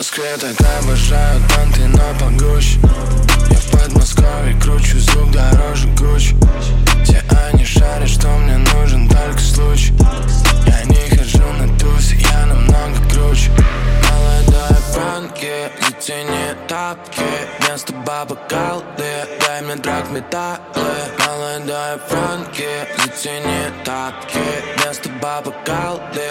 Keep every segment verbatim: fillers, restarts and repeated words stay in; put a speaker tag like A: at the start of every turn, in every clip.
A: Москве так обожают танты, но погуще. Я в Подмосковье кручу звук дороже Гуччи. Все они шарят, что мне нужен только случай. Я не хожу на тусы, я намного круче. Молодая Франки, зацени тапки. Вместо бабок голды, дай мне драг металлы. Молодая Франки, зацени тапки. Вместо бабок голды.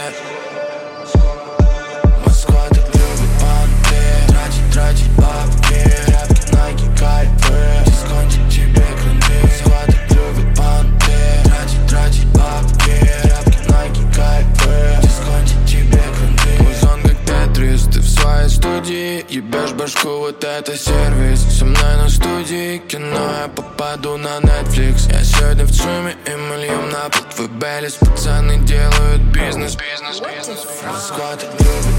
A: Москва так любит понты. Тратить, тратить бабки. Рябки, ноги, кайфы. Дисконтить тебе крынды. Москва так любит понты. Тратить, тратить бабки. Рябки, ноги, кайфы. Дисконтить тебе крынды. Музон как Тетрис, ты в своей студии. Ебешь башку, вот это сервис. Со мной на студии кино, я попаду на Netflix. Я сегодня в ЦУМе, и мы льем на пол твой Беллис. Пацаны делают бизнес, бизнес, бизнес. Москва так любит